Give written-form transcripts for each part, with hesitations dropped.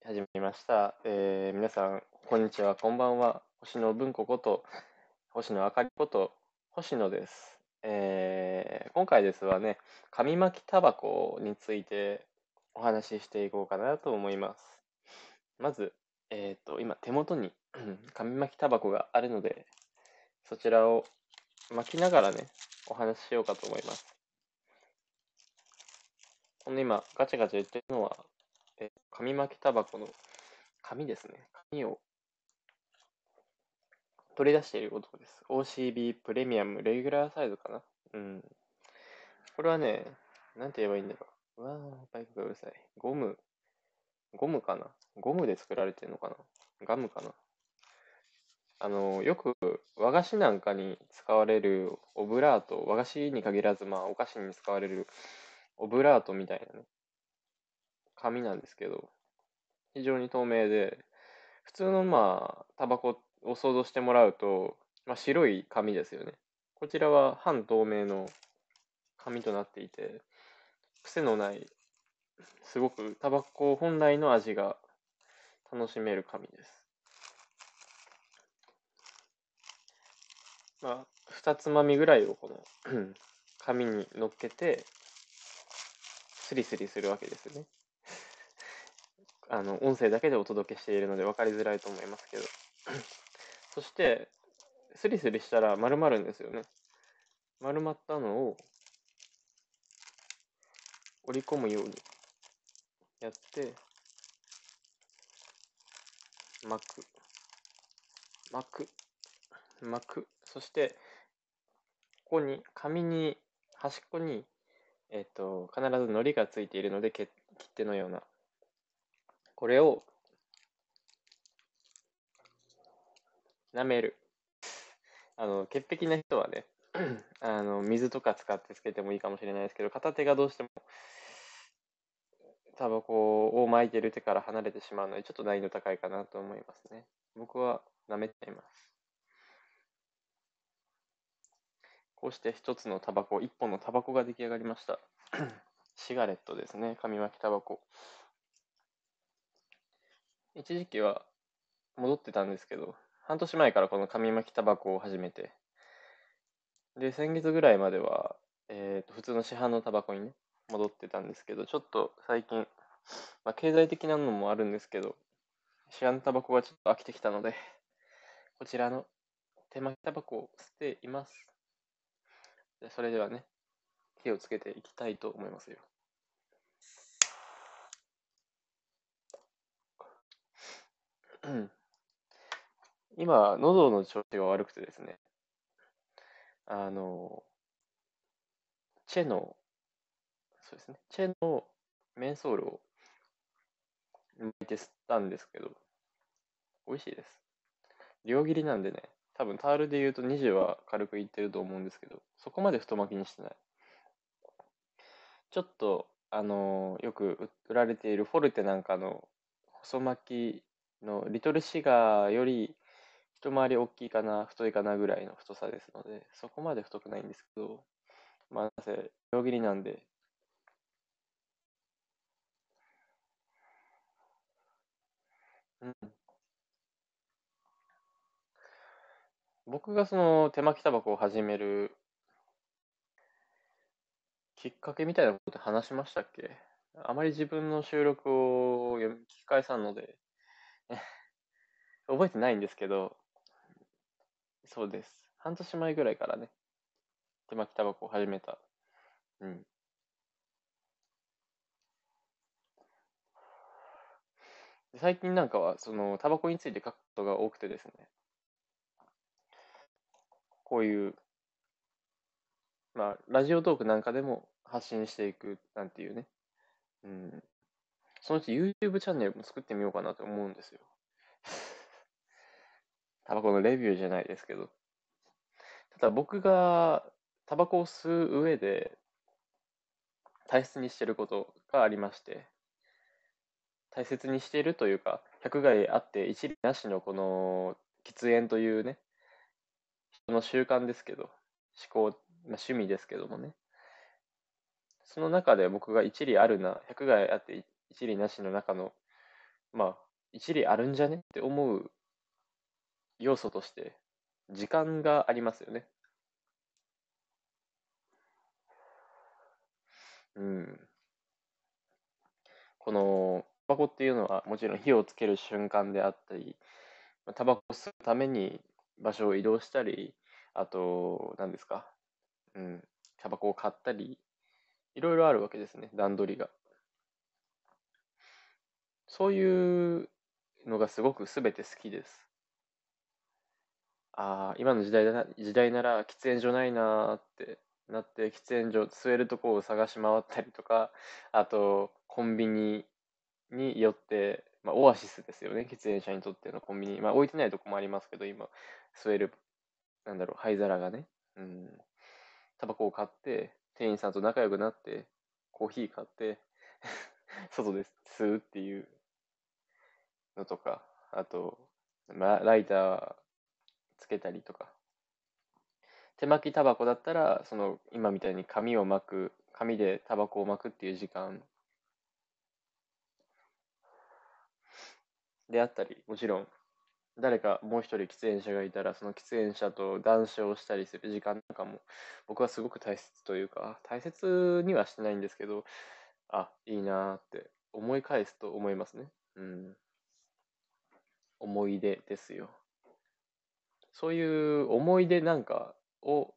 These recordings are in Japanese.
始まりました。皆さん、こんにちは、こんばんは。星野文子こと、星野あかりこと、星野です。今回ですはね、紙巻きタバコについてお話ししていこうかなと思います。まず、今手元に紙巻きタバコがあるので、そちらを巻きながらね、お話ししようかと思います。この今、ガチャガチャ言ってるのは、紙巻きタバコの紙ですね。紙を取り出していることです。OCB プレミアムレギュラーサイズかな。うん。これはね、なんて言えばいいんだろう。うわー、バイクがうるさい。ゴムかな。ゴムで作られてるのかな。ガムかな。よく和菓子なんかに使われるオブラート、和菓子に限らず、お菓子に使われるオブラートみたいなね、紙なんですけど、非常に透明で、普通のタバコを想像してもらうと、白い紙ですよね。こちらは半透明の紙となっていて、癖のない、すごくタバコ本来の味が楽しめる紙です。二つまみぐらいをこの紙に乗っけて、スリスリするわけですね。音声だけでお届けしているので分かりづらいと思いますけど。そして、スリスリしたら丸まるんですよね。丸まったのを折り込むようにやって、巻く、巻く、巻く。そして、ここに、紙に、端っこに、必ず糊がついているので、切手のような。これを舐める。潔癖な人はね、水とか使ってつけてもいいかもしれないですけど、片手がどうしてもタバコを巻いてる手から離れてしまうので、ちょっと難易度高いかなと思いますね。僕は舐めちゃいます。こうして一つのタバコ、一本のタバコが出来上がりました。シガレットですね、紙巻きタバコ。一時期は戻ってたんですけど、半年前からこの紙巻きタバコを始めて、で、先月ぐらいまでは、普通の市販のタバコにね、戻ってたんですけど、ちょっと最近、経済的なのもあるんですけど、市販のタバコがちょっと飽きてきたので、こちらの手巻きタバコを吸っています。それではね、火をつけていきたいと思いますよ。今、喉の調子が悪くてですね、あの、チェの、そうですね、チェのメンソールを巻いて吸ったんですけど、美味しいです。両切りなんでね、多分タールで言うと20は軽くいってると思うんですけど、そこまで太巻きにしてない。ちょっと、よく売られているフォルテなんかの細巻きのリトルシガーより一回り大きいかな、太いかなぐらいの太さですので、そこまで太くないんですけど、なぜ、両切りなんで、うん、僕がその手巻きタバコを始めるきっかけみたいなこと話しましたっけ？あまり自分の収録を聞き返さんので、覚えてないんですけど、そうです。半年前ぐらいからね、手巻きタバコを始めた。うん。で最近なんかは、その、タバコについて書くことが多くてですね、こういう、ラジオトークなんかでも発信していくなんていうね、うん。そのうち YouTube チャンネルも作ってみようかなと思うんですよ。タバコのレビューじゃないですけど。ただ僕がタバコを吸う上で大切にしていることがありまして、大切にしているというか、百害あって一理なしのこの喫煙というね、人の習慣ですけど、思考、趣味ですけどもね、その中で僕が一理あるな、百害あって一理なしの中のまあ、一理あるんじゃねって思う要素として、時間がありますよね。うん。この、タバコっていうのはもちろん火をつける瞬間であったり、タバコを吸うために場所を移動したり、あと、何ですか、うん、タバコを買ったり、いろいろあるわけですね、段取りが。そういうのがすごく全て好きです。ああ、今の時代なら喫煙所ないなーってなって、喫煙所、吸えるとこを探し回ったりとか、あと、コンビニによって、まあ、オアシスですよね、喫煙者にとってのコンビニ。まあ、置いてないとこもありますけど、今、吸える、なんだろう、灰皿がね、うん、タバコを買って、店員さんと仲良くなって、コーヒー買って、外で吸うっていうのとか、あと、まあ、ライターつけたりとか、手巻きタバコだったら、その、今みたいに紙でタバコを巻くっていう時間であったり、もちろん、誰かもう一人喫煙者がいたら、その喫煙者と談笑したりする時間なんかも、僕はすごく大切というか、大切にはしてないんですけど、あ、いいなーって思い返すと思いますね。うん。思い出ですよ。そういう思い出なんかを、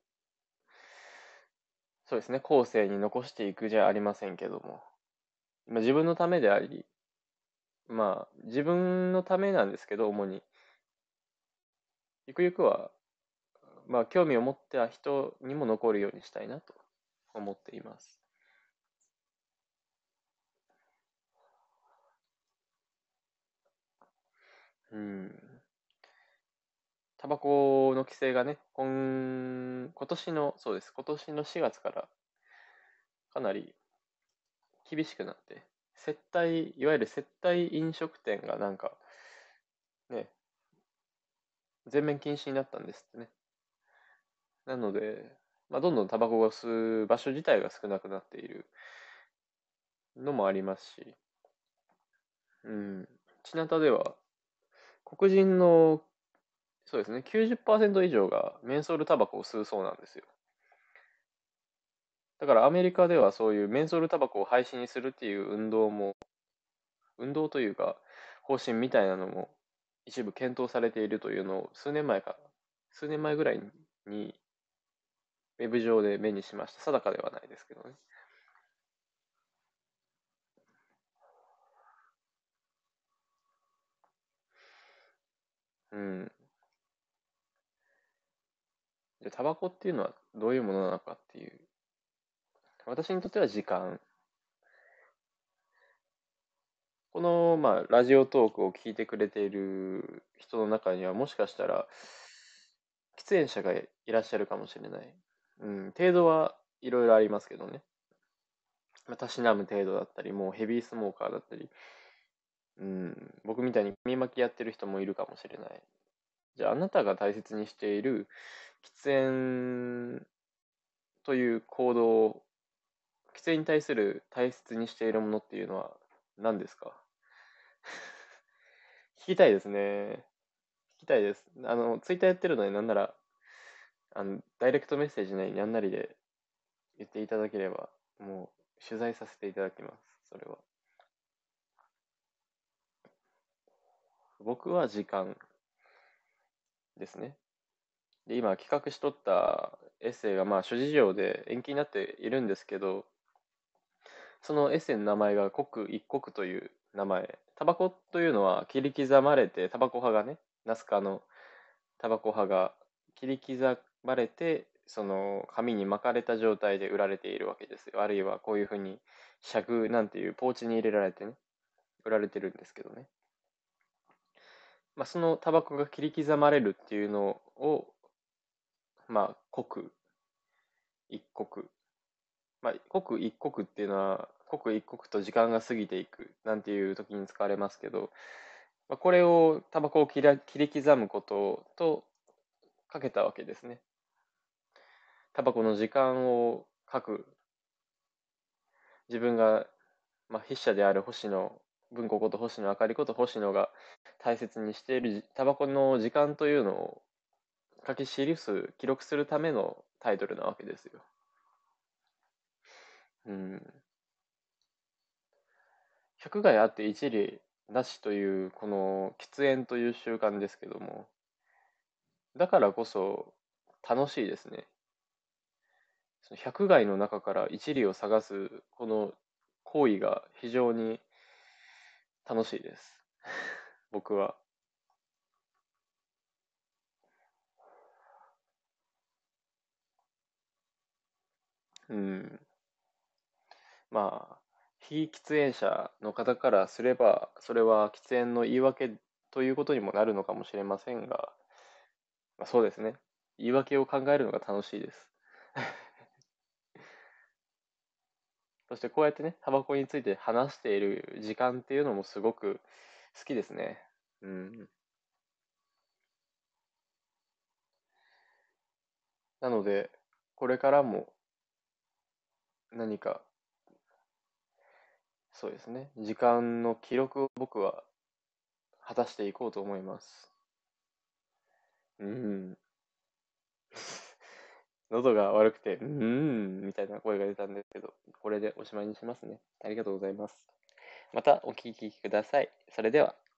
そうですね、後世に残していくじゃありませんけども、まあ、自分のためであり、まあ、自分のためなんですけど、主に。ゆくゆくは、まあ、興味を持った人にも残るようにしたいなと思っています。うん。タバコの規制がね、今年の、そうです、今年の4月からかなり厳しくなって、いわゆる接待飲食店がなんか、ね、全面禁止になったんですってね。なので、まあ、どんどんタバコを吸う場所自体が少なくなっているのもありますし、うん。巷では、黒人の、そうですね、90%以上がメンソールタバコを吸うそうなんですよ。だからアメリカではそういうメンソールタバコを廃止にするっていう運動というか、方針みたいなのも一部検討されているというのを数年前ぐらいにウェブ上で目にしました。定かではないですけどね。うん。で、タバコっていうのはどういうものなのかっていう。私にとっては時間。この、まあ、ラジオトークを聞いてくれている人の中には、もしかしたら、喫煙者がいらっしゃるかもしれない。うん、程度はいろいろありますけどね。まあたしなむ程度だったり、もうヘビースモーカーだったり、うん、僕みたいに紙巻きやってる人もいるかもしれない。じゃあ、あなたが大切にしている喫煙という行動、喫煙に対する大切にしているものっていうのは何ですか？聞きたいですね。聞きたいです。ツイッターやってるので、なんなら、ダイレクトメッセージなりなんなりで言っていただければ、もう取材させていただきます。それは。僕は時間ですね。で、今企画しとったエッセイがまあ諸事情で延期になっているんですけど、そのエッセイの名前が刻一刻という名前。タバコというのは切り刻まれて、タバコ派がね、ナスカのタバコ派が切り刻まれて、その紙に巻かれた状態で売られているわけですよ。あるいはこういうふうに尺なんていうポーチに入れられてね、売られてるんですけどね。まあ、そのタバコが切り刻まれるっていうのを、まあ、刻一刻。まあ、刻一刻っていうのは、刻一刻と時間が過ぎていくなんていう時に使われますけど、まあ、これをタバコを切り刻むこととかけたわけですね。タバコの時間を書く自分が、まあ、筆者である星野文庫こと星野あかりこと星野が大切にしているタバコの時間というのを書き記す、記録するためのタイトルなわけですよ。うん。百害あって一理なしという、この喫煙という習慣ですけども、だからこそ楽しいですね。その百害の中から一理を探す、この行為が非常に楽しいです。僕は。うん。まあ、非喫煙者の方からすれば、それは喫煙の言い訳ということにもなるのかもしれませんが、まあ、そうですね。言い訳を考えるのが楽しいです。そしてこうやってね、タバコについて話している時間っていうのもすごく好きですね。うん。なので、これからも何か、そうですね、時間の記録を僕は果たしていこうと思います。うん。喉が悪くて、みたいな声が出たんですけど、これでおしまいにしますね。ありがとうございます。またお聞きください。それでは。